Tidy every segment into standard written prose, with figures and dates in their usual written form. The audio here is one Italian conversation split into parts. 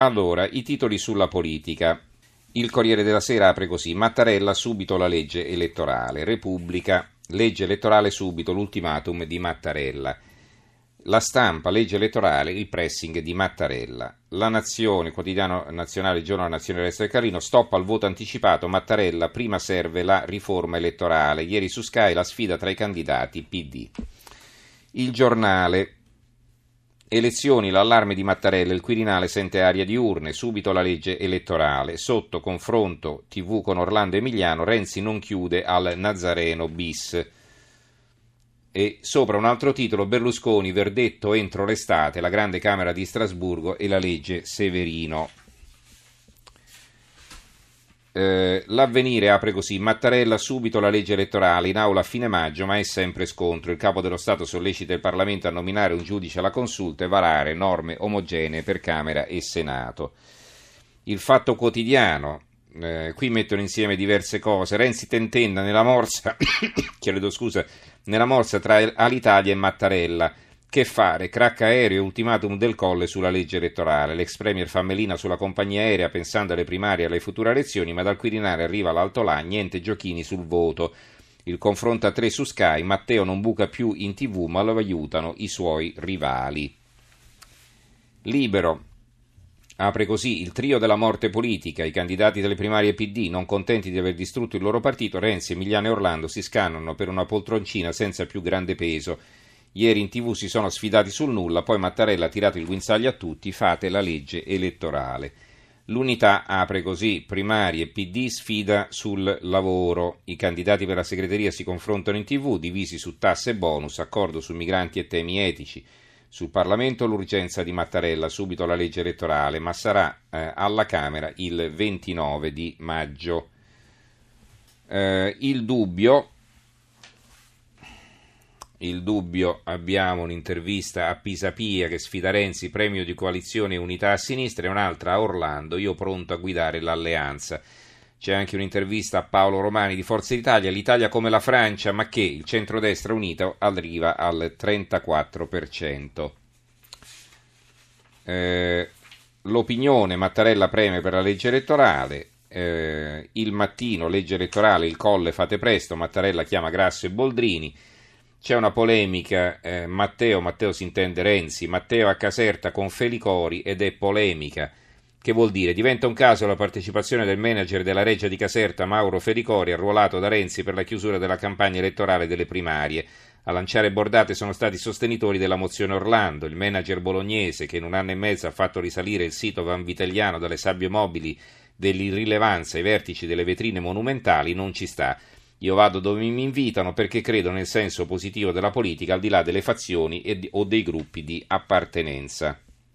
Allora, i titoli sulla politica. Il Corriere della Sera apre così: Mattarella subito la legge elettorale. Repubblica, legge elettorale subito, l'ultimatum di Mattarella. La Stampa, legge elettorale, il pressing di Mattarella. La Nazione, quotidiano nazionale, giorno della Nazione, Resto del Carlino, stop al voto anticipato, Mattarella, prima serve la riforma elettorale. Ieri su Sky la sfida tra i candidati PD. Il Giornale, elezioni, l'allarme di Mattarella, il Quirinale sente aria di urne, subito la legge elettorale. Sotto, confronto TV con Orlando Emiliano, Renzi non chiude al Nazareno bis. E sopra un altro titolo, Berlusconi, verdetto entro l'estate, la grande Camera di Strasburgo e la legge Severino. L'Avvenire apre così: Mattarella subito la legge elettorale, in aula a fine maggio, ma è sempre scontro. Il Capo dello Stato sollecita il Parlamento a nominare un giudice alla consulta e varare norme omogenee per Camera e Senato. Il Fatto Quotidiano, qui mettono insieme diverse cose. Renzi tentenna nella morsa nella morsa tra Alitalia e Mattarella. Che fare? Crack aereo e ultimatum del Colle sulla legge elettorale. L'ex premier fa melina sulla compagnia aerea pensando alle primarie e alle future elezioni, ma dal Quirinale arriva l'altolà, niente giochini sul voto. Il confronto a 3 su Sky, Matteo non buca più in TV ma lo aiutano i suoi rivali. Libero apre così: il trio della morte politica, i candidati delle primarie PD, non contenti di aver distrutto il loro partito, Renzi, Emiliano e Orlando si scannano per una poltroncina senza più grande peso. Ieri in TV si sono sfidati sul nulla, poi Mattarella ha tirato il guinzaglio a tutti, fate la legge elettorale. L'Unità apre così: primarie PD, sfida sul lavoro. I candidati per la segreteria si confrontano in TV, divisi su tasse e bonus, accordo su migranti e temi etici. Sul Parlamento l'urgenza di Mattarella, subito la legge elettorale, ma sarà alla Camera il 29 di maggio. Il dubbio, abbiamo un'intervista a Pisapia che sfida Renzi, premio di coalizione e unità a sinistra, e un'altra a Orlando, io pronto a guidare l'alleanza. C'è anche un'intervista a Paolo Romani di Forza Italia, l'Italia come la Francia, ma che il centrodestra unito arriva al 34%. L'Opinione, Mattarella preme per la legge elettorale. Il Mattino, legge elettorale, il Colle fate presto, Mattarella chiama Grasso e Boldrini. C'è una polemica, Matteo si intende Renzi, Matteo a Caserta con Felicori ed è polemica. Che vuol dire? Diventa un caso la partecipazione del manager della Reggia di Caserta, Mauro Felicori, arruolato da Renzi per la chiusura della campagna elettorale delle primarie. A lanciare bordate sono stati i sostenitori della mozione Orlando, il manager bolognese che in un anno e mezzo ha fatto risalire il sito vanvitelliano dalle sabbie mobili dell'irrilevanza ai vertici delle vetrine monumentali, non ci sta. Io vado dove mi invitano perché credo nel senso positivo della politica al di là delle fazioni o dei gruppi di appartenenza.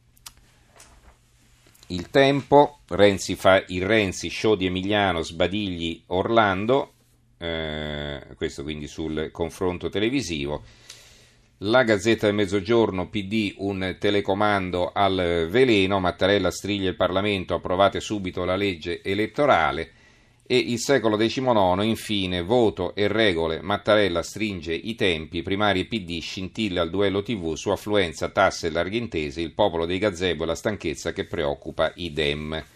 Il Tempo, Renzi fa il Renzi, show di Emiliano, sbadigli Orlando, questo quindi sul confronto televisivo. La Gazzetta del Mezzogiorno, PD, un telecomando al veleno, Mattarella striglia il Parlamento, approvate subito la legge elettorale. E il Secolo XIX, infine, voto e regole, Mattarella stringe i tempi, primarie PD, scintilla al duello TV su affluenza, tasse e larghe intese, il popolo dei gazebo e la stanchezza che preoccupa i Dem.